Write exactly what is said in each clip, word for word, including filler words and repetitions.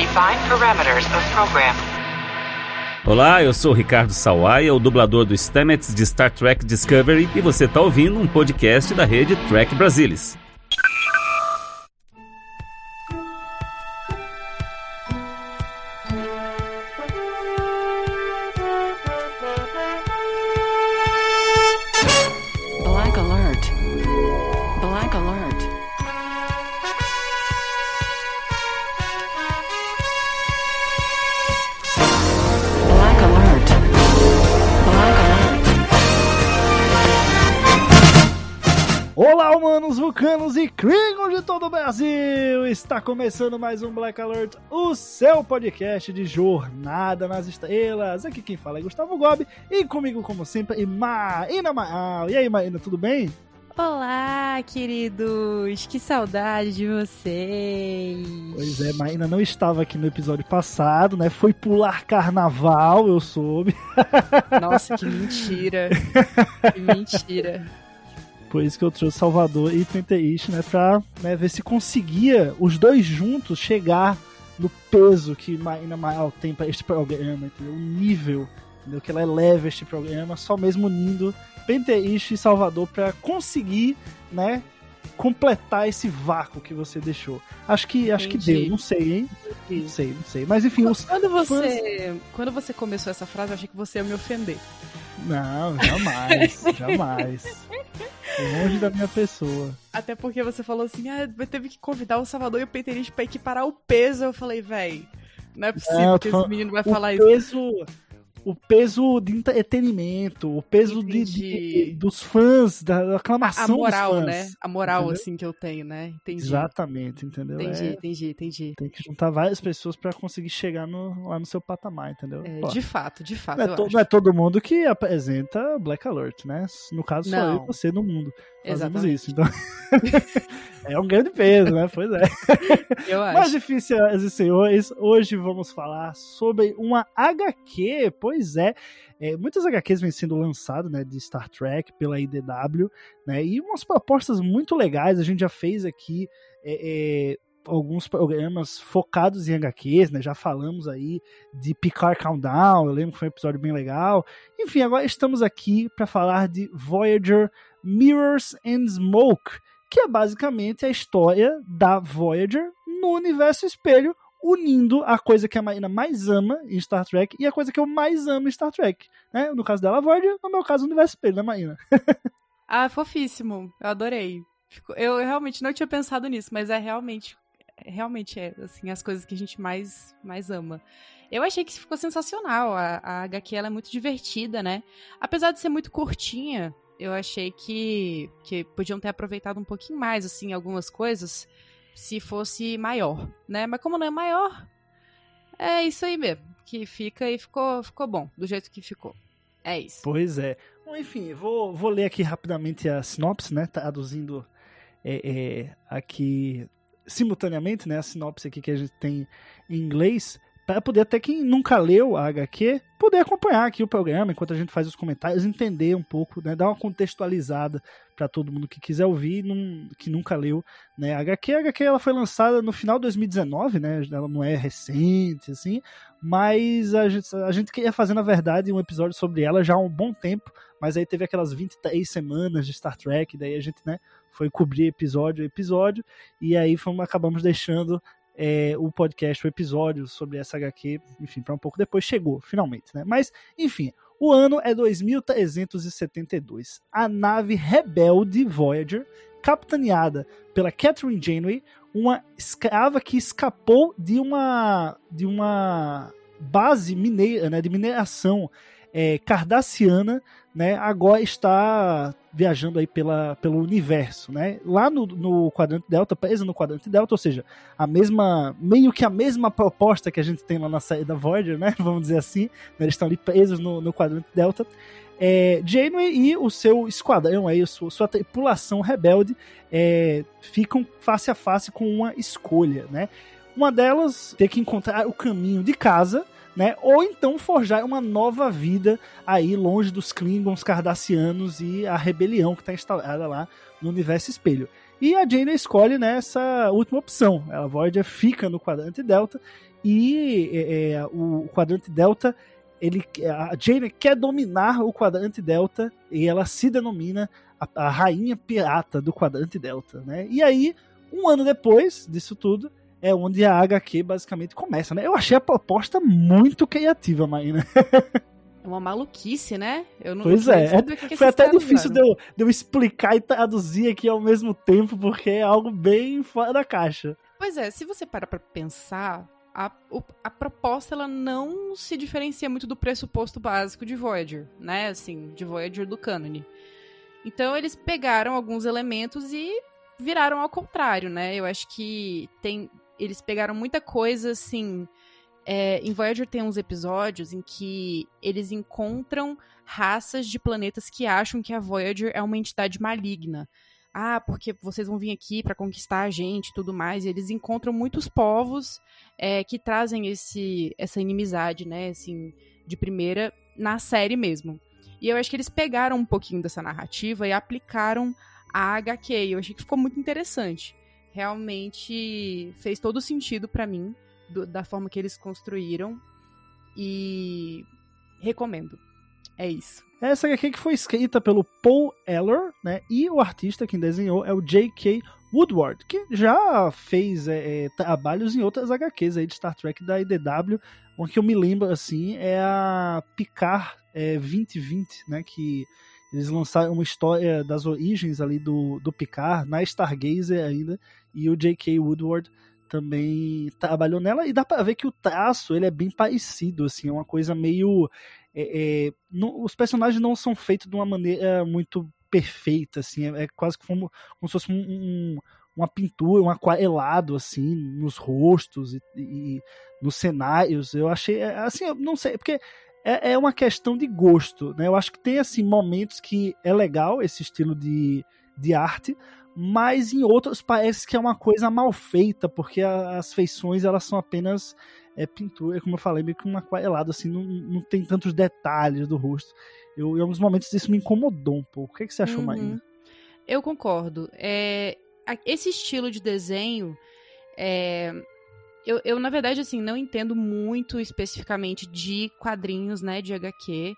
Define parameters of program. Olá, eu sou o Ricardo Sawaia, o dublador do Stamets de Star Trek Discovery, e você está ouvindo um podcast da rede Trek Brasilis. Olá, humanos, vulcanos e Klingons de todo o Brasil! Está começando mais um Black Alert, o seu podcast de Jornada nas Estrelas. Aqui quem fala é Gustavo Gobi e comigo, como sempre, Maína Maal. E aí, Maína, tudo bem? Olá, queridos! Que saudade de vocês! Pois é, Maína não estava aqui no episódio passado, né? Foi pular carnaval, eu soube. Nossa, que mentira! Que mentira! Por isso que eu trouxe Salvador e Penteixe, né, pra né, ver se conseguia os dois juntos chegar no peso que Maína Maal tem pra este programa, entendeu? O nível, entendeu? Que ela eleva este programa, só mesmo unindo Penteixe e Salvador pra conseguir, né, completar esse vácuo que você deixou. Acho que, acho que deu, não sei, hein? Não sei, não sei. Mas enfim, os quando você, fãs... quando você começou essa frase, eu achei que você ia me ofender. Não, jamais, jamais. Longe da minha pessoa. Até porque você falou assim, ah, teve que convidar o Salvador e o Penteixe pra equiparar o peso. Eu falei, véi, não é possível é, que esse menino vai falar peso, isso. O peso de entretenimento, o peso de, de, dos fãs, da aclamação a, a moral, dos fãs. Né? A moral, entendeu? Assim, que eu tenho, né? Entendi. Exatamente, entendeu? Entendi, é, entendi, entendi. Tem que juntar várias pessoas pra conseguir chegar no, lá no seu patamar, entendeu? É, de fato, de fato, não eu é, to, acho. Não é todo mundo que apresenta Black Alert, né? No caso, só não. eu e você no mundo. Fazemos Exatamente. isso, então... É um grande peso, né? Pois é. Eu acho. Mas difícil, senhoras e senhores, hoje vamos falar sobre uma H Q, pois é, é muitas H Qs vêm sendo lançadas, né, de Star Trek pela I D W, né, e umas propostas muito legais. A gente já fez aqui é, é, alguns programas focados em H Qs, né, já falamos aí de Picard Countdown, eu lembro que foi um episódio bem legal. Enfim, agora estamos aqui para falar de Voyager Mirrors and Smoke, que é basicamente a história da Voyager no universo espelho, unindo a coisa que a Maína mais ama em Star Trek e a coisa que eu mais amo em Star Trek, né? No caso dela, a Voyager, no meu caso, o universo espelho, né, Maína? Ah, fofíssimo. Eu adorei. Eu realmente não tinha pensado nisso, mas é realmente, realmente é, assim, as coisas que a gente mais, mais ama. Eu achei que ficou sensacional. A, a H Q, ela é muito divertida, né? Apesar de ser muito curtinha, eu achei que, que podiam ter aproveitado um pouquinho mais, assim, algumas coisas, se fosse maior, né? Mas como não é maior, é isso aí mesmo, que fica e ficou, ficou bom, do jeito que ficou. É isso. Pois é. Bom, enfim, vou, vou ler aqui rapidamente a sinopse, né? Traduzindo é, é, aqui simultaneamente, né? A sinopse aqui que a gente tem em inglês, para poder até quem nunca leu a H Q poder acompanhar aqui o programa enquanto a gente faz os comentários, entender um pouco, né, dar uma contextualizada para todo mundo que quiser ouvir, num, que nunca leu, né, a H Q. A H Q ela foi lançada no final de dois mil e dezenove, né, ela não é recente, assim, mas a gente, a gente queria fazer, na verdade, um episódio sobre ela já há um bom tempo, mas aí teve aquelas vinte e três semanas de Star Trek, daí a gente, né, foi cobrir episódio a episódio, e aí fomos, acabamos deixando É, o podcast, o episódio sobre essa H Q, enfim, para um pouco depois chegou, finalmente, né? Mas, enfim, o ano é dois mil trezentos e setenta e dois. A nave rebelde Voyager, capitaneada pela Catherine Janeway, uma escrava que escapou de uma, de uma base mineira, né, de mineração é, cardassiana, né, agora está viajando aí pela, pelo universo, né? Lá no, no quadrante delta, presa no quadrante delta, ou seja, a mesma, meio que a mesma proposta que a gente tem lá na série da Voyager, né? Vamos dizer assim, né? Eles estão ali presos no, no quadrante delta. É, Janeway e o seu esquadrão, aí, sua, sua tripulação rebelde, é, ficam face a face com uma escolha, né? Uma delas ter que encontrar o caminho de casa, né? Ou então forjar uma nova vida aí longe dos Klingons cardassianos e a rebelião que está instalada lá no universo espelho. E a Jane escolhe nessa última opção. A Voyager fica no quadrante Delta e é, é, o quadrante Delta, ele, a Jane quer dominar o quadrante Delta e ela se denomina a, a rainha pirata do quadrante Delta, né? E aí, um ano depois disso tudo, é onde a H Q basicamente começa, né? Eu achei a proposta muito criativa, Maína. É uma maluquice, né? Eu não pois é, é que foi até difícil de eu, de eu explicar e traduzir aqui ao mesmo tempo, porque é algo bem fora da caixa. Pois é, se você parar pra pensar, a, o, a proposta ela não se diferencia muito do pressuposto básico de Voyager, né? Assim, de Voyager do cânone. Então eles pegaram alguns elementos e viraram ao contrário, né? Eu acho que tem, eles pegaram muita coisa, assim... É, em Voyager tem uns episódios em que eles encontram raças de planetas que acham que a Voyager é uma entidade maligna. Ah, porque vocês vão vir aqui pra conquistar a gente e tudo mais. E eles encontram muitos povos é, que trazem esse, essa inimizade, né, assim, de primeira na série mesmo. E eu acho que eles pegaram um pouquinho dessa narrativa e aplicaram a H Q. Eu achei que ficou muito interessante. Realmente fez todo sentido pra mim. Do, da forma que eles construíram, e recomendo. É isso. Essa aqui que foi escrita pelo Paul Eller, né? E o artista que desenhou é o J K Woodward, que já fez é, é, trabalhos em outras H Qs aí de Star Trek da I D W. Uma que eu me lembro assim é a Picard é, vinte vinte, né? Que eles lançaram uma história das origens ali do, do Picard na Stargazer ainda, e o J K Woodward também trabalhou nela, e dá pra ver que o traço ele é bem parecido, assim, é uma coisa meio... É, é, não, os personagens não são feitos de uma maneira muito perfeita, assim, é, é quase como, como se fosse um, um, uma pintura, um aquarelado, assim, nos rostos e, e nos cenários. Eu achei, assim, eu não sei, porque é, é uma questão de gosto, né? Eu acho que tem, assim, momentos que é legal esse estilo de, de arte, mas em outros parece que é uma coisa mal feita, porque a, as feições elas são apenas é, pintura, como eu falei, meio que um aquarelado, assim, não, não tem tantos detalhes do rosto. Eu, em alguns momentos isso me incomodou um pouco. O que, é que você achou, uhum. Maína? Eu concordo. É, esse estilo de desenho, é, eu, eu, na verdade, assim, não entendo muito especificamente de quadrinhos, né, de H Q,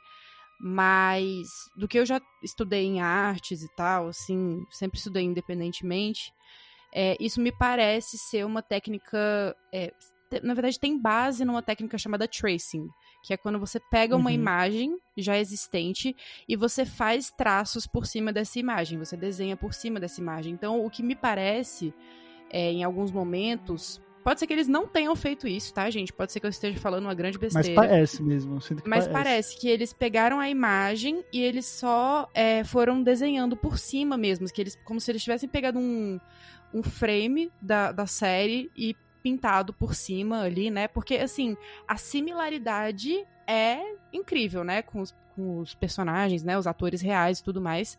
mas do que eu já estudei em artes e tal, assim, sempre estudei independentemente, é, isso me parece ser uma técnica, é, na verdade tem base numa técnica chamada tracing, que é quando você pega uma uhum. imagem já existente e você faz traços por cima dessa imagem, você desenha por cima dessa imagem. Então, o que me parece, é, em alguns momentos... Pode ser que eles não tenham feito isso, tá, gente? Pode ser que eu esteja falando uma grande besteira. Mas parece mesmo. Eu sinto que Mas parece. parece que eles pegaram a imagem e eles só é, foram desenhando por cima mesmo. Que eles, como se eles tivessem pegado um, um frame da, da série e pintado por cima ali, né? Porque, assim, a similaridade é incrível, né? Com os, com os personagens, né? Os atores reais e tudo mais.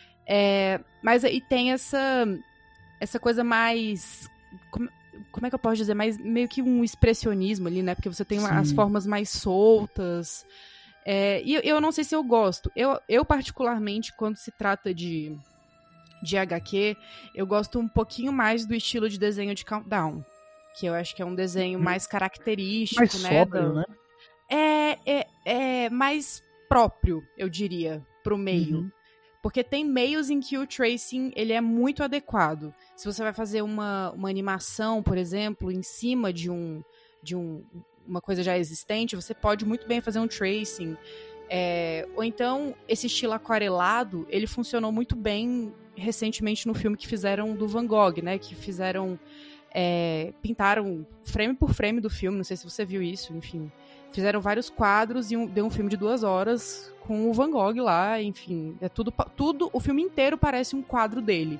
É, mas aí tem essa, essa coisa mais... Como, como é que eu posso dizer? Mais, meio que um expressionismo ali, né? Porque você tem uma, as formas mais soltas. É, e eu, eu não sei se eu gosto. Eu, eu, particularmente, quando se trata de, de H Q, eu gosto um pouquinho mais do estilo de desenho de Countdown. Que eu acho que é um desenho mais característico, mais né? Sóbrio, do, né? É, é, é mais próprio, eu diria, pro meio. Uhum. Porque tem meios em que o tracing ele é muito adequado. Se você vai fazer uma, uma animação, por exemplo, em cima de, um, de um, uma coisa já existente, você pode muito bem fazer um tracing. É, ou então, esse estilo aquarelado, ele funcionou muito bem recentemente no filme que fizeram do Van Gogh, né? Que fizeram... É, pintaram frame por frame do filme, não sei se você viu isso, enfim. Fizeram vários quadros e um, deu um filme de duas horas com o Van Gogh lá, enfim. É tudo, tudo, o filme inteiro parece um quadro dele.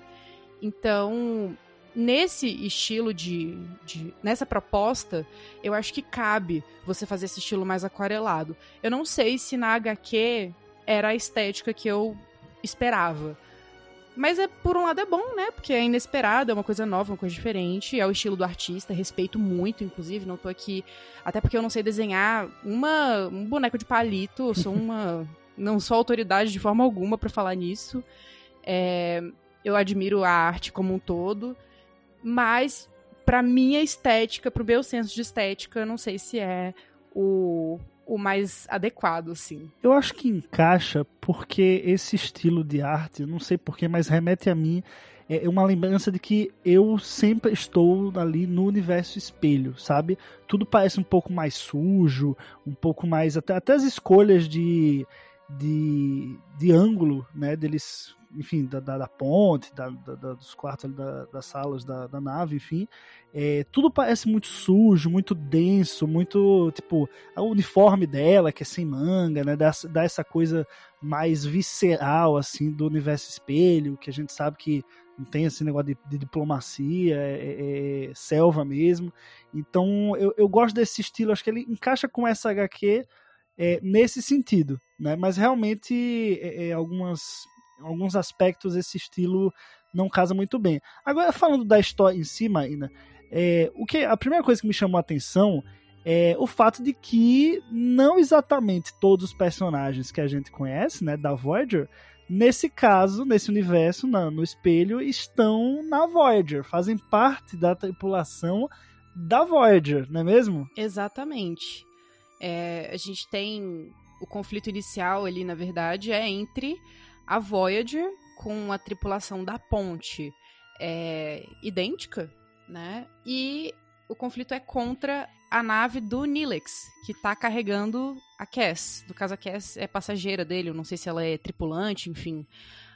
Então, nesse estilo de, de... Nessa proposta, eu acho que cabe você fazer esse estilo mais aquarelado. Eu não sei se na H Q era a estética que eu esperava. Mas, é, por um lado, é bom, né? Porque é inesperado, é uma coisa nova, uma coisa diferente. É o estilo do artista, respeito muito, inclusive. Não tô aqui... Até porque eu não sei desenhar uma, um boneco de palito. Eu sou uma... não sou autoridade de forma alguma pra falar nisso. É, eu admiro a arte como um todo, mas pra minha estética, pro meu senso de estética, eu não sei se é o, o mais adequado, assim. Eu acho que encaixa porque esse estilo de arte, eu não sei porquê, mas remete a mim, é uma lembrança de que eu sempre estou ali no universo espelho, sabe? Tudo parece um pouco mais sujo, um pouco mais... Até, até as escolhas de, de, de ângulo, né? Deles, enfim, da, da, da ponte, da, da, dos quartos, da, das salas da, da nave, enfim. É, tudo parece muito sujo, muito denso, muito, tipo, o uniforme dela, que é sem manga, né? Dá, dá essa coisa mais visceral, assim, do universo espelho, que a gente sabe que não tem esse negócio de, de diplomacia, é, é selva mesmo. Então eu, eu gosto desse estilo, acho que ele encaixa com essa agá quê é, nesse sentido, né? Mas realmente é, é, algumas, alguns aspectos esse estilo não casa muito bem. Agora, falando da história em si, Maína, é, o que, a primeira coisa que me chamou a atenção é o fato de que não exatamente todos os personagens que a gente conhece, né, da Voyager, nesse caso, nesse universo, na, no espelho, estão na Voyager, fazem parte da tripulação da Voyager, não é mesmo? Exatamente. É, a gente tem o conflito inicial ali, na verdade, é entre a Voyager com a tripulação da ponte é, idêntica, né? E o conflito é contra a nave do Neelix, que tá carregando a Cass. No caso, a Cass é passageira dele, eu não sei se ela é tripulante, enfim.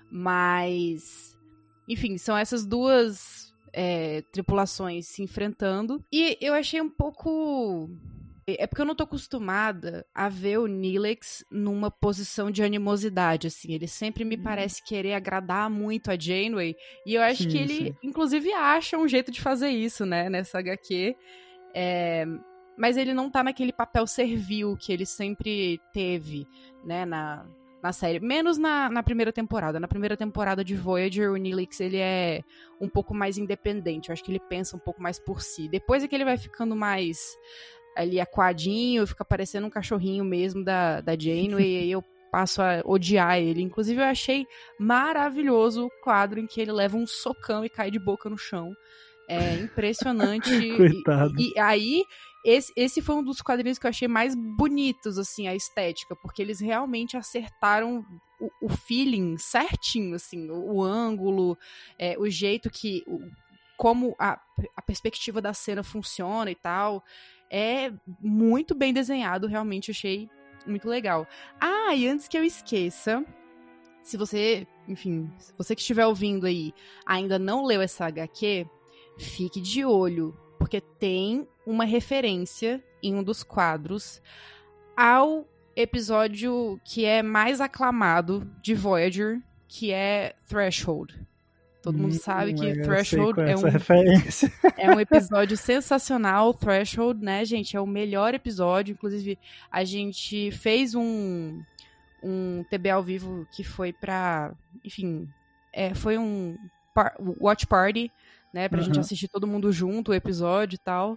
Mas, enfim, são essas duas é, tripulações se enfrentando. E eu achei um pouco... É porque eu não tô acostumada a ver o Neelix numa posição de animosidade, assim. Ele sempre me parece querer agradar muito a Janeway. E eu acho Sim, que ele, sim. inclusive, acha um jeito de fazer isso, né? Nessa agá quê. É... Mas ele não tá naquele papel servil que ele sempre teve, né? Na, na série. Menos na, na primeira temporada. Na primeira temporada de Voyager, o Neelix, ele é um pouco mais independente. Eu acho que ele pensa um pouco mais por si. Depois é que ele vai ficando mais... ali aquadinho, fica parecendo um cachorrinho mesmo da, da Janeway, e aí eu passo a odiar ele. Inclusive, eu achei maravilhoso o quadro em que ele leva um socão e cai de boca no chão. É impressionante. Coitado. E, e aí, esse, esse foi um dos quadrinhos que eu achei mais bonitos, assim, a estética, porque eles realmente acertaram o, o feeling certinho, assim, o, o ângulo, é, o jeito que... O, como a, a perspectiva da cena funciona e tal... É muito bem desenhado, realmente achei muito legal. Ah, e antes que eu esqueça, se você, enfim, se você que estiver ouvindo aí ainda não leu essa agá quê, fique de olho, porque tem uma referência em um dos quadros ao episódio que é mais aclamado de Voyager, que é Threshold. Todo mundo sabe que Hum, Threshold é um, referência. é um episódio sensacional. Threshold, né, gente? É o melhor episódio. Inclusive, a gente fez um, um T B ao vivo que foi pra... Enfim, é, foi um par, watch party, né? Pra uhum. gente assistir todo mundo junto o episódio e tal.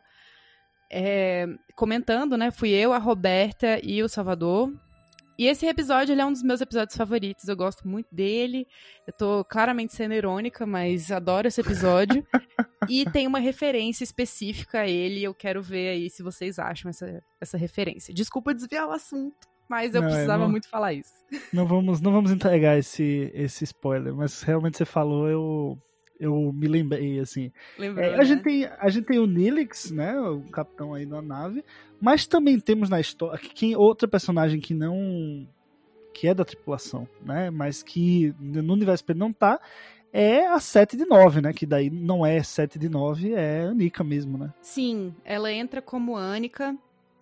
É, comentando, né? Fui eu, a Roberta e o Salvador. E esse episódio, ele é um dos meus episódios favoritos, eu gosto muito dele, eu tô claramente sendo irônica, mas adoro esse episódio, e tem uma referência específica a ele, eu quero ver aí se vocês acham essa, essa referência. Desculpa desviar o assunto, mas eu não, precisava não, muito falar isso. Não vamos, não vamos entregar esse, esse spoiler, mas realmente você falou, eu... Eu me lembrei, assim. Lembrou, é, a, né? gente tem, a gente tem o Neelix, né? O capitão aí da nave. Mas também temos na história quem, outra personagem que não... Que é da tripulação, né? Mas que no universo não tá. É a sete de nove, né? Que daí não é sete de nove, é Anika mesmo, né? Sim, ela entra como Anika.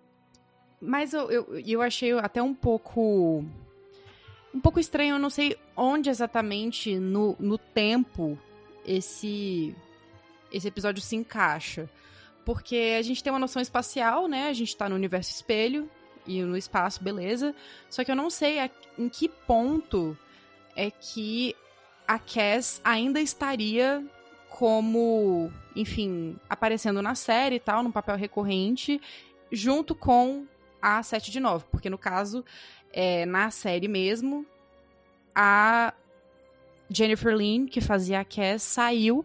Mas eu, eu, eu achei até um pouco... Um pouco estranho, eu não sei onde exatamente no, no tempo... Esse, esse episódio se encaixa. Porque a gente tem uma noção espacial, né? A gente tá no universo espelho e no espaço, beleza. Só que eu não sei a, em que ponto é que a Cass ainda estaria como, enfim, aparecendo na série e tal, num papel recorrente, junto com a sete de nove. Porque, no caso, é, na série mesmo, a... Jennifer Lin, que fazia a Cass, saiu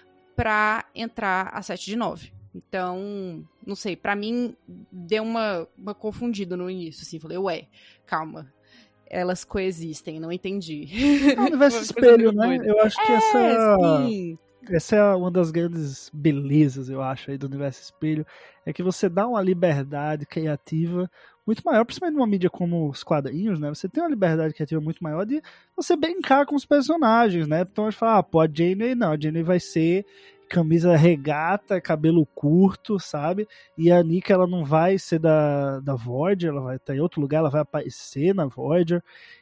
pra entrar a sete de nove. Então, não sei, pra mim deu uma, uma confundida no início, assim, falei, ué, calma, elas coexistem, não entendi. É um universo espelho, né? Eu acho que é, essa, sim. essa é uma das grandes belezas, eu acho, aí do universo espelho, é que você dá uma liberdade criativa muito maior, principalmente numa mídia como os quadrinhos, né? Você tem uma liberdade criativa muito maior de você brincar com os personagens, né? Então a gente fala, ah, pô, a Janeway não, a Janeway vai ser camisa regata, cabelo curto, sabe? E a Nika, ela não vai ser da, da Voyager, ela vai estar em outro lugar, ela vai aparecer na Voyager.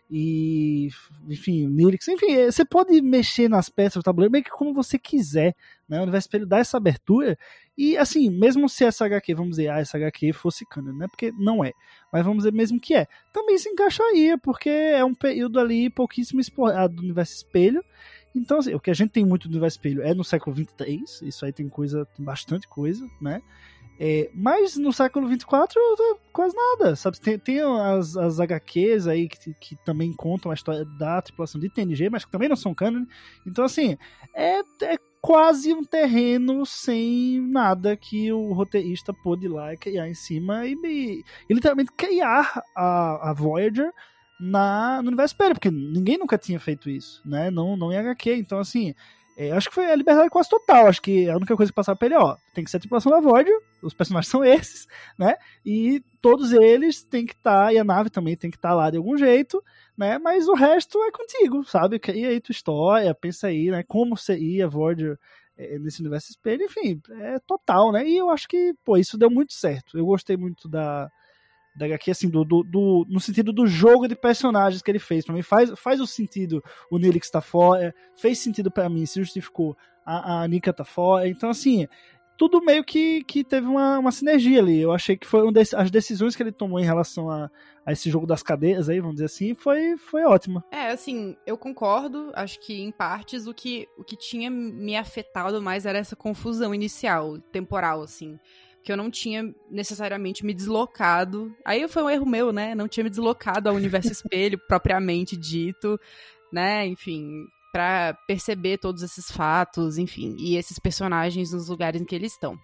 E, enfim, Nilix, enfim, você pode mexer nas peças do tabuleiro meio que como você quiser, né? O universo espelho dá essa abertura. E, assim, mesmo se essa H Q, vamos dizer, ah, essa H Q fosse canon, né? Porque não é. Mas vamos dizer mesmo que é. Também se encaixaria, porque é um período ali pouquíssimo explorado do universo espelho. Então, assim, o que a gente tem muito do universo espelho é no século vinte e três, isso aí tem coisa, tem bastante coisa, né? É, mas no século vinte e quatro, quase nada, sabe? Tem, tem as, as H Qs aí que, que também contam a história da tripulação de T N G, mas que também não são canon. Então, assim, é, é quase um terreno sem nada que o roteirista pôde ir lá e criar em cima e, e, e literalmente criar a, a Voyager na, no universo espelho, porque ninguém nunca tinha feito isso, né? Não, não em H Q. Então, assim, é, acho que foi a liberdade quase total. Acho que a única coisa que passava pra ele, ó, tem que ser a tripulação da Voyager, os personagens são esses, né? E todos eles têm que estar, tá, e a nave também tem que estar tá lá de algum jeito, né? Mas o resto é contigo, sabe? Cria aí tua história, pensa aí, né? Como seria a Voyager é, nesse universo espelho, enfim, é total, né? E eu acho que, pô, isso deu muito certo. Eu gostei muito da da H Q, assim, do, do, do, no sentido do jogo de personagens que ele fez. Pra mim faz, faz o sentido o Nilix tá fora, fez sentido pra mim, se justificou a, a Nika tá fora. Então, assim, tudo meio que, que teve uma, uma sinergia ali. Eu achei que foi um desse, as decisões que ele tomou em relação a, a esse jogo das cadeiras aí, vamos dizer assim, foi, foi ótima. É, assim, eu concordo, acho que em partes o que, o que tinha me afetado mais era essa confusão inicial, temporal, assim. Que eu não tinha necessariamente me deslocado. Aí foi um erro meu, né? Não tinha me deslocado ao universo espelho, propriamente dito, né? Enfim, pra perceber todos esses fatos, enfim, e esses personagens nos lugares em que eles estão.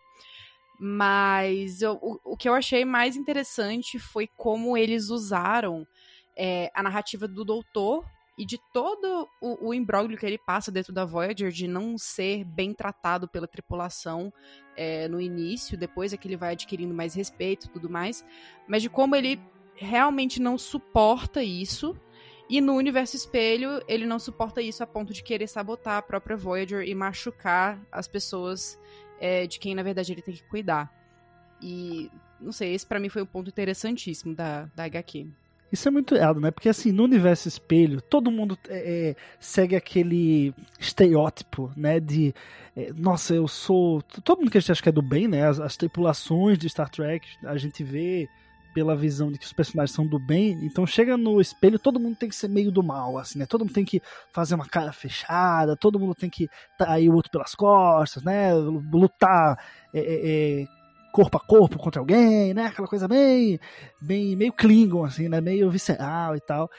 Mas eu, o, o que eu achei mais interessante foi como eles usaram é, a narrativa do Doutor e de todo o, o imbróglio que ele passa dentro da Voyager, de não ser bem tratado pela tripulação é, no início, depois é que ele vai adquirindo mais respeito e tudo mais, mas de como ele realmente não suporta isso, e no universo espelho ele não suporta isso a ponto de querer sabotar a própria Voyager e machucar as pessoas é, de quem na verdade ele tem que cuidar. E, não sei, esse pra mim foi um ponto interessantíssimo da, da H Q. Isso é muito errado, né? Porque, assim, no universo espelho, todo mundo é, segue aquele estereótipo, né? De, é, nossa, eu sou... Todo mundo que a gente acha que é do bem, né? As, as tripulações de Star Trek, a gente vê pela visão de que os personagens são do bem. Então, chega no espelho, todo mundo tem que ser meio do mal, assim, né? Todo mundo tem que fazer uma cara fechada, todo mundo tem que trair o outro pelas costas, né? Lutar... É, é, é, corpo a corpo contra alguém, né? Aquela coisa bem, bem meio Klingon, assim, né? Meio visceral e tal.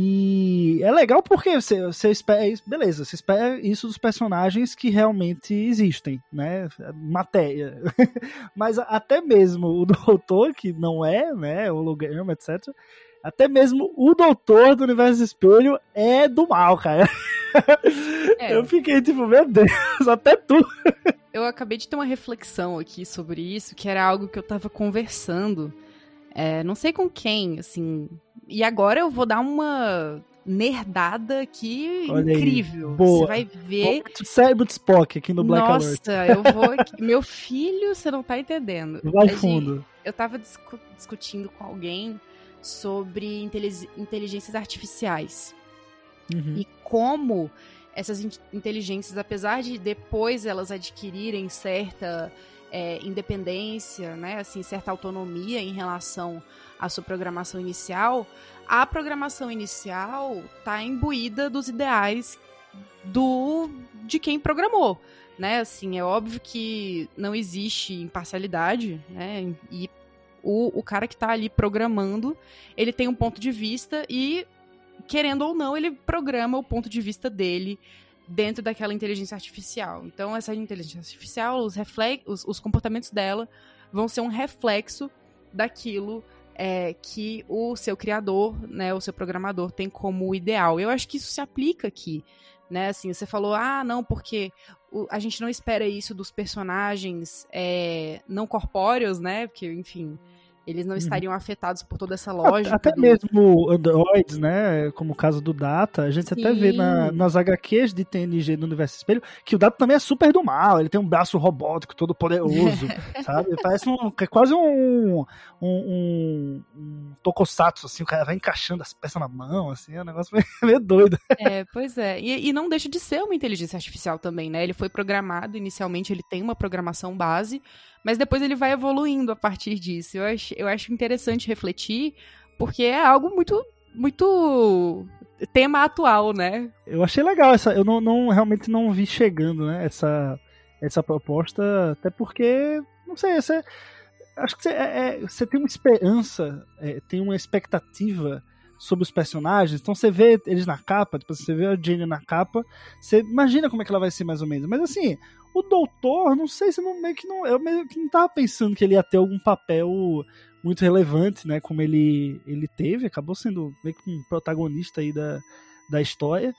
E é legal porque você, você espera isso, beleza, você espera isso dos personagens que realmente existem, né? Matéria. Mas até mesmo o Doutor, que não é, né? O holograma, etcétera. Até mesmo o Doutor do Universo Espelho é do mal, cara. É. Eu fiquei tipo, meu Deus, até tu. Eu acabei de ter uma reflexão aqui sobre isso, que era algo que eu tava conversando, é, não sei com quem, assim, e agora eu vou dar uma nerdada aqui. Olha incrível. Aí, boa. Você vai ver... Cérebro de Spock aqui no Black Nossa, Alert. Nossa, eu vou... Aqui. Meu filho, você não tá entendendo. Vai fundo. Eu tava discu- discutindo com alguém sobre intelig- inteligências artificiais. Uhum. E como... essas inteligências, apesar de depois elas adquirirem certa é, independência, né, assim, certa autonomia em relação à sua programação inicial, a programação inicial está imbuída dos ideais do, de quem programou, né, assim, é óbvio que não existe imparcialidade, né, e o, o cara que está ali programando, ele tem um ponto de vista e querendo ou não, ele programa o ponto de vista dele dentro daquela inteligência artificial. Então, essa inteligência artificial, os, reflex, os, os comportamentos dela vão ser um reflexo daquilo é, que o seu criador, né, o seu programador tem como ideal. Eu acho que isso se aplica aqui, né? Assim, você falou, ah, não, porque o, a gente não espera isso dos personagens é, não corpóreos, né? Porque, enfim, eles não estariam uhum. afetados por toda essa lógica. Até do... mesmo androids, né? Como o caso do Data, a gente Sim. até vê na, nas agá quês de T N G no Universo Espelho que o Data também é super do mal, ele tem um braço robótico todo poderoso, sabe? Parece um, é quase um, um, um, um tokusatsu, assim, o cara vai encaixando as peças na mão, assim, é um negócio meio, meio doido. É, pois é. E, e não deixa de ser uma inteligência artificial também, né? Ele foi programado, inicialmente ele tem uma programação base, mas depois ele vai evoluindo a partir disso. Eu acho, eu acho interessante refletir, porque é algo muito, muito tema atual, né? Eu achei legal essa, eu não, não realmente não vi chegando, né, essa, essa proposta, até porque, não sei, você, acho que você, é, você tem uma esperança, é, tem uma expectativa sobre os personagens, então você vê eles na capa, depois você vê a Jane na capa, você imagina como é que ela vai ser mais ou menos, mas assim, o doutor, não sei se não, meio que não, eu meio que não tava pensando que ele ia ter algum papel muito relevante, né, como ele, ele teve, acabou sendo meio que um protagonista aí da, da história,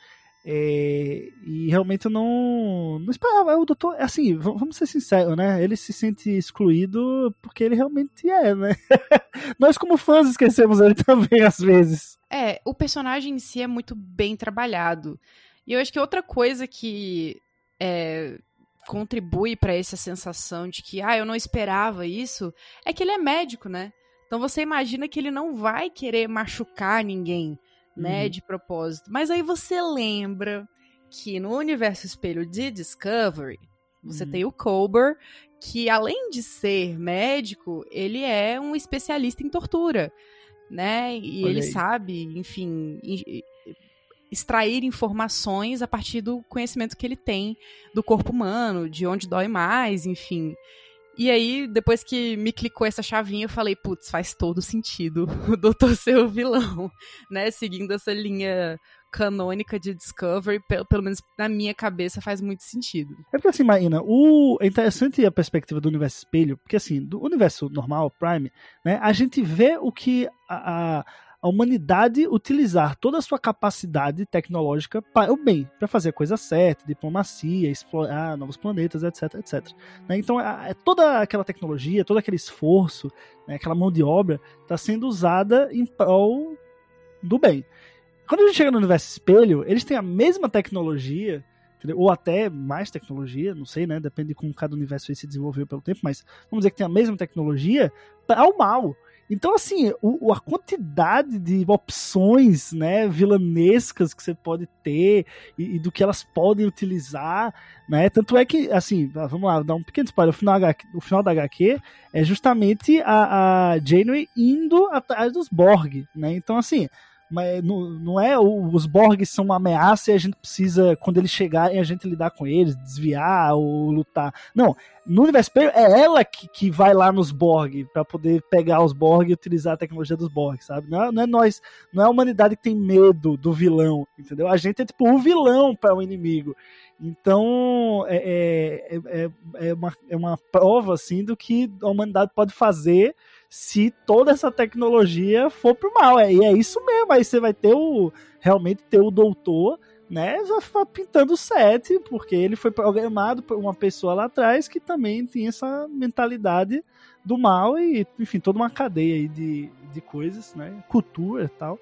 é, e realmente eu não, não esperava, o doutor, assim, vamos ser sinceros, né, ele se sente excluído porque ele realmente é, né, nós como fãs esquecemos ele também às vezes. É, o personagem em si é muito bem trabalhado, e eu acho que outra coisa que é, contribui para essa sensação de que, ah, eu não esperava isso, é que ele é médico, né? Então você imagina que ele não vai querer machucar ninguém, né, uhum. de propósito. Mas aí você lembra que no universo espelho de Discovery, você uhum. tem o Culber, que além de ser médico, ele é um especialista em tortura, né? E Olha ele aí. sabe, enfim, extrair informações a partir do conhecimento que ele tem do corpo humano, de onde dói mais, enfim. E aí, depois que me clicou essa chavinha, eu falei, putz, faz todo sentido o doutor ser o vilão, né? Seguindo essa linha canônica de Discovery, pelo, pelo menos na minha cabeça faz muito sentido. É porque assim, Marina, o... é interessante a perspectiva do universo espelho, porque assim, do universo normal, Prime, né, a gente vê o que a, a, a humanidade utilizar toda a sua capacidade tecnológica para o bem, para fazer a coisa certa, diplomacia, explorar novos planetas, etc, etc. Né? Então, é, toda aquela tecnologia, todo aquele esforço, né, aquela mão de obra, está sendo usada em prol do bem. Quando a gente chega no universo espelho, eles têm a mesma tecnologia, entendeu? Ou até mais tecnologia, não sei, né? Depende de como cada universo aí se desenvolveu pelo tempo, mas vamos dizer que tem a mesma tecnologia para o mal. Então, assim, o, a quantidade de opções, né, vilanescas que você pode ter e, e do que elas podem utilizar, né? Tanto é que, assim, vamos lá, dar um pequeno spoiler, o final, o final da agá quê é justamente a, a Janeway indo atrás dos Borg, né? Então, assim, mas não, não é os Borg são uma ameaça e a gente precisa, quando eles chegarem, a gente lidar com eles, desviar ou lutar. Não, no universo espelho é ela que, que vai lá nos Borg pra poder pegar os Borg e utilizar a tecnologia dos Borg, sabe? Não é, não é nós, não é a humanidade que tem medo do vilão, entendeu? A gente é tipo o vilão para o inimigo. Então é, é, é, é, uma, é uma prova assim do que a humanidade pode fazer se toda essa tecnologia for pro mal. É, e é isso mesmo, aí você vai ter o realmente ter o doutor, né, já pintando o set, porque ele foi programado por uma pessoa lá atrás que também tinha essa mentalidade do mal e, enfim, toda uma cadeia aí de, de coisas, né, cultura e tal.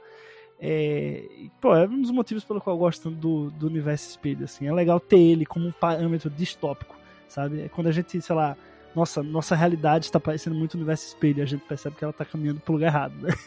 É, pô, é um dos motivos pelo qual eu gosto do, do universo espelho, assim, é legal ter ele como um parâmetro distópico, sabe, é quando a gente, sei lá, nossa, nossa realidade está parecendo muito o universo espelho, a gente percebe que ela está caminhando pro lugar errado, né?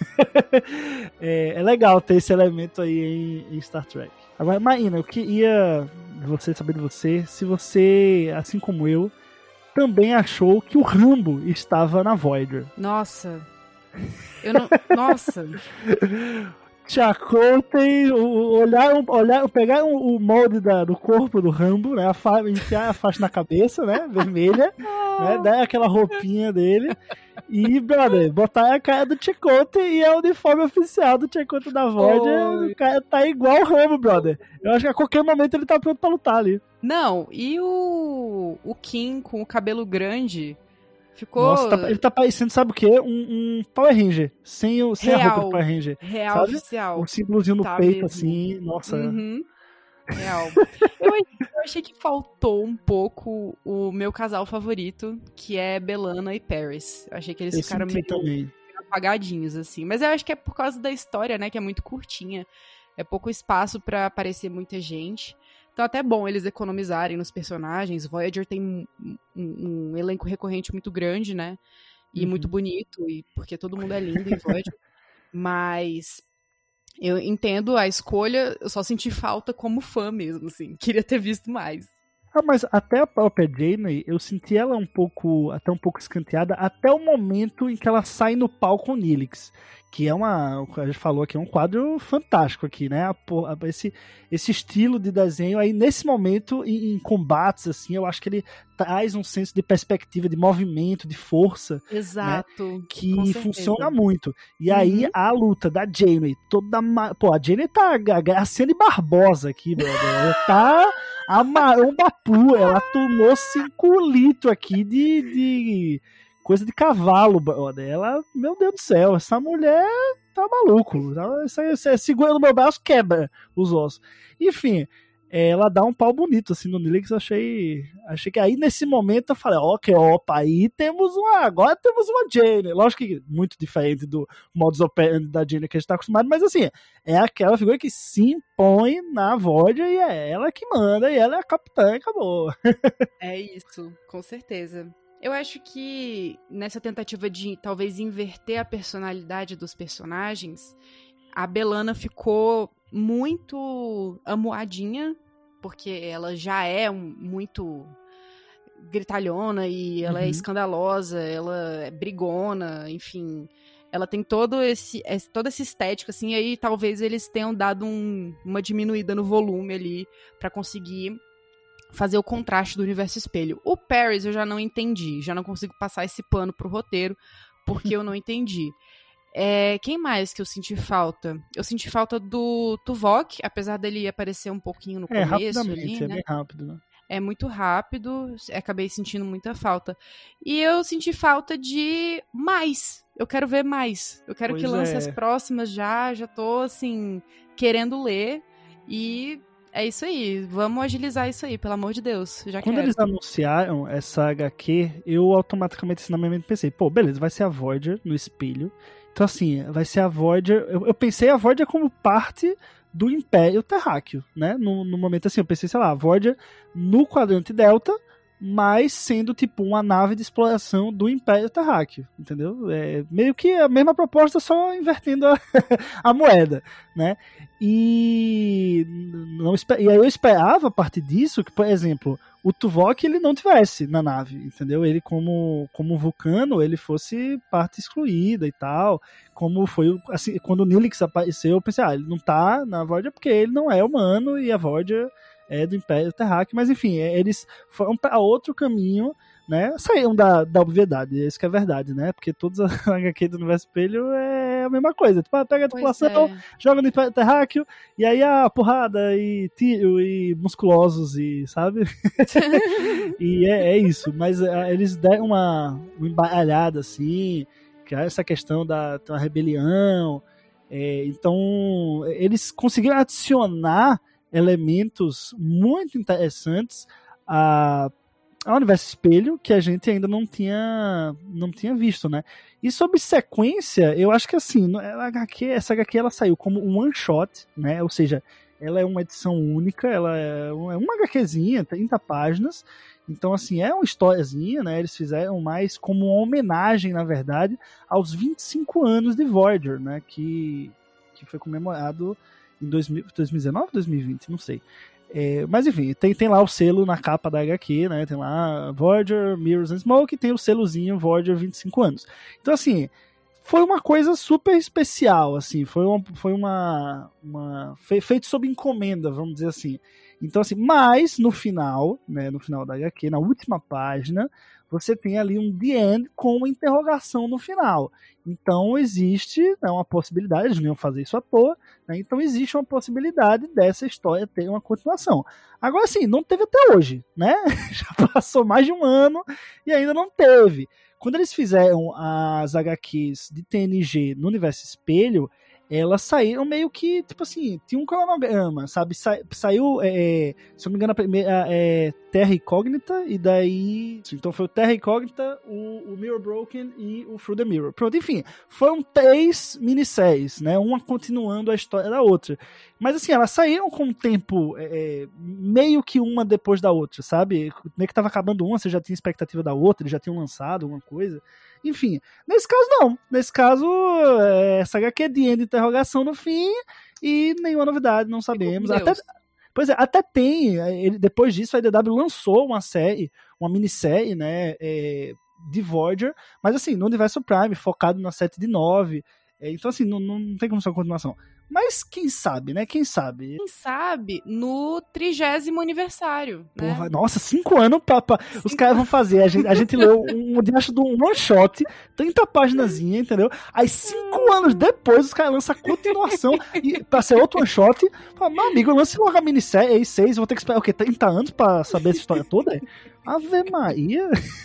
é, é legal ter esse elemento aí em, em Star Trek. Agora, Marina, eu queria você saber de você, se você, assim como eu, também achou que o Rambo estava na Voyager. Nossa, eu não... Nossa... Chakotay, olhar, olhar, pegar o, o molde da, do corpo do Rambo, né? A fa, enfiar a faixa na cabeça, né? Vermelha, né? Dar aquela roupinha dele. E, brother, botar a cara do Chakotay e é o uniforme oficial do Chakotay da Voyager. O cara tá igual o Rambo, brother. Eu acho que a qualquer momento ele tá pronto pra lutar ali. Não, e o, o Kim com o cabelo grande ficou... Nossa, tá, ele tá parecendo, sabe o quê? Um, um Power Ranger. Sem, o, sem a roupa do Power Ranger. Real, sabe? oficial. Um símbolozinho no tá peito, mesmo. assim. Nossa. Uhum. Real. eu, eu achei que faltou um pouco o meu casal favorito, que é B'Elanna e Paris. Eu achei que eles eu ficaram meio também. apagadinhos, assim. Mas eu acho que é por causa da história, né? Que é muito curtinha. É pouco espaço pra aparecer muita gente. Então até é bom eles economizarem nos personagens. Voyager tem um, um, um elenco recorrente muito grande, né? E uhum. muito bonito, e porque todo mundo é lindo em Voyager. Mas eu entendo a escolha, eu só senti falta como fã mesmo, assim. Queria ter visto mais. Ah, mas até a própria Janeway, eu senti ela um pouco, até um pouco escanteada, até o momento em que ela sai no palco com o Neelix, que é uma, a gente falou aqui, é um quadro fantástico aqui, né? Esse, esse estilo de desenho aí, nesse momento, em, em combates, assim, eu acho que ele traz um senso de perspectiva, de movimento, de força. Exato. Né? Que funciona muito. E aí, uhum. a luta da Janeway, toda... Ma... Pô, a Janeway tá a Ciane Barbosa aqui, brother. Ela tá a Marão Bapu, ela tomou cinco litros aqui de... de... coisa de cavalo, brother. Ela, meu Deus do céu, essa mulher tá maluco. Isso aí, você segura no meu braço, quebra os ossos. Enfim, ela dá um pau bonito assim no Neelix. Achei, achei que aí nesse momento eu falei, ok, opa, aí temos uma, agora temos uma Jane. Lógico que muito diferente do modus operandi da Jane que a gente tá acostumado, mas assim, é aquela figura que se impõe na Voyager e é ela que manda, e ela é a capitã e acabou. É isso, com certeza. Eu acho que nessa tentativa de talvez inverter a personalidade dos personagens, a B'Elanna ficou muito amuadinha, porque ela já é um, muito gritalhona e ela uhum. é escandalosa, ela é brigona, enfim. Ela tem todo esse, toda essa estética, assim, e aí talvez eles tenham dado um, uma diminuída no volume ali pra conseguir fazer o contraste do universo espelho. O Paris eu já não entendi, já não consigo passar esse pano pro roteiro, porque eu não entendi. É, quem mais que eu senti falta? Eu senti falta do Tuvok, apesar dele aparecer um pouquinho no é, começo. Rapidamente, ali, é né? bem rápido, né? É muito rápido, acabei sentindo muita falta. E eu senti falta de mais. Eu quero ver mais. Eu quero pois que lance é. as próximas já, já tô, assim, querendo ler. E é isso aí, vamos agilizar isso aí, pelo amor de Deus. Já Quando quero. eles anunciaram essa H Q, eu automaticamente, assim, na minha mente pensei, pô, beleza, vai ser a Voyager no espelho. Então, assim, vai ser a Voyager... Eu, eu pensei a Voyager como parte do Império Terráqueo, né? No, no momento, assim, eu pensei, sei lá, a Voyager no quadrante Delta, mas sendo, tipo, uma nave de exploração do Império Terráqueo, entendeu? É meio que a mesma proposta, só invertendo a, a moeda, né? E, não, e aí eu esperava, a partir disso, que, por exemplo, o Tuvok, ele não tivesse na nave, entendeu? Ele, como, como vulcano, ele fosse parte excluída e tal, como foi, assim, quando o Neelix apareceu, eu pensei, ah, ele não tá na Voyager porque ele não é humano e a Voyager é do Império Terráqueo, mas enfim, eles foram para outro caminho, né? Saíram da, da obviedade, isso que é verdade, né? Porque todas as H Q do Universo Espelho é a mesma coisa. Tipo, pega a tripulação, é. joga no Império Terráqueo, e aí a porrada e tiro e musculosos, e sabe? E é, é isso, mas é, eles deram uma, uma embaralhada assim, que é essa questão da uma rebelião, é, então eles conseguiram adicionar elementos muito interessantes a, ao universo espelho que a gente ainda não tinha, não tinha visto, né? E sobre sequência, eu acho que assim, a H Q, essa H Q ela saiu como um one shot, né? Ou seja, ela é uma edição única, ela é uma, uma HQzinha, trinta páginas, então assim, é uma historiazinha, né? Eles fizeram mais como uma homenagem, na verdade, aos vinte e cinco anos de Voyager, né? Que, que foi comemorado em dois mil, dois mil e dezenove ou dois mil e vinte, não sei. É, mas enfim, tem, tem lá o selo na capa da H Q, né? Tem lá Voyager, Mirrors and Smoke, e tem o selozinho Voyager vinte e cinco anos. Então assim, foi uma coisa super especial, assim, foi uma, foi uma, uma fe, feito sob encomenda, vamos dizer assim. Então, assim, mas no final, né, no final da agá quê, na última página, você tem ali um The End com uma interrogação no final. Então existe, né, uma possibilidade, eles não iam fazer isso à toa, né, então existe uma possibilidade dessa história ter uma continuação. Agora sim, não teve até hoje, né? Já passou mais de um ano e ainda não teve. Quando eles fizeram as agá quês de T N G no Universo Espelho, elas saíram meio que, tipo assim, tinha um cronograma, sabe? Sa- saiu, é, se eu não me engano, a primeira é Terra Incógnita, e daí... Então foi o Terra Incógnita, o, o Mirror Broken e o Through the Mirror. Pronto, enfim, foram três minisséries, né? Uma continuando a história da outra. Mas assim, elas saíram com um tempo é, meio que uma depois da outra, sabe? Meio que tava acabando uma, você já tinha expectativa da outra, eles já tinham lançado alguma coisa. Enfim, nesse caso não. Nesse caso, é, essa agá quê é The End, interrogação no fim, e nenhuma novidade, não sabemos. Até, pois é, até tem, ele, depois disso a I D W lançou uma série, uma minissérie, né, é, de Voyager, mas assim, no universo Prime, focado na sete de nove, é, então assim, não, não tem como ser uma continuação. Mas quem sabe, né? Quem sabe? Quem sabe no trigésimo aniversário. Porra, né? Nossa, cinco anos, papa. Cinco... Os caras vão fazer. A gente, a gente leu um diacho de um one shot, trinta páginazinha, entendeu? Aí, cinco anos depois, os caras lançam a continuação e, pra ser outro one shot. Fala, meu amigo, lance logo a minissérie aí, seis. Vou ter que esperar o quê? trinta anos pra saber essa história toda? Ave Maria.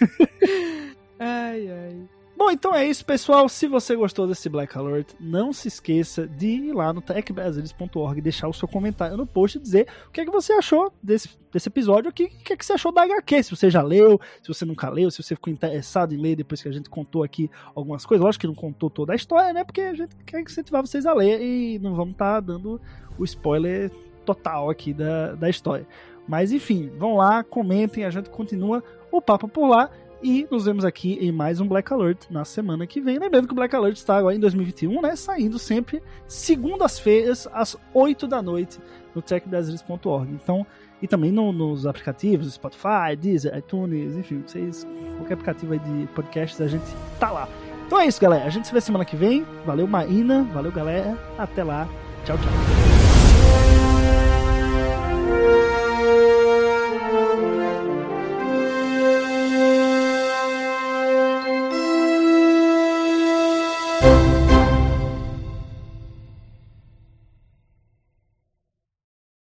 Ai, ai. Bom, então é isso, pessoal. Se você gostou desse Black Alert, não se esqueça de ir lá no trek brasilis ponto org e deixar o seu comentário no post e dizer o que é que você achou desse, desse episódio aqui, o que é que você achou da agá quê, se você já leu, se você nunca leu, se você ficou interessado em ler depois que a gente contou aqui algumas coisas. Lógico que não contou toda a história, né, porque a gente quer incentivar vocês a ler e não vamos estar tá dando o spoiler total aqui da, da história. Mas enfim, vão lá, comentem, a gente continua o papo por lá. E nos vemos aqui em mais um Black Alert na semana que vem. Lembrando que o Black Alert está agora em dois mil e vinte e um, né? Saindo sempre segundas-feiras, às oito da noite, no trek brasilis ponto org. Então, e também no, nos aplicativos, Spotify, Deezer, iTunes, enfim, vocês, qualquer aplicativo aí de podcasts, a gente tá lá. Então é isso, galera. A gente se vê semana que vem. Valeu, Marina. Valeu, galera. Até lá. Tchau, tchau.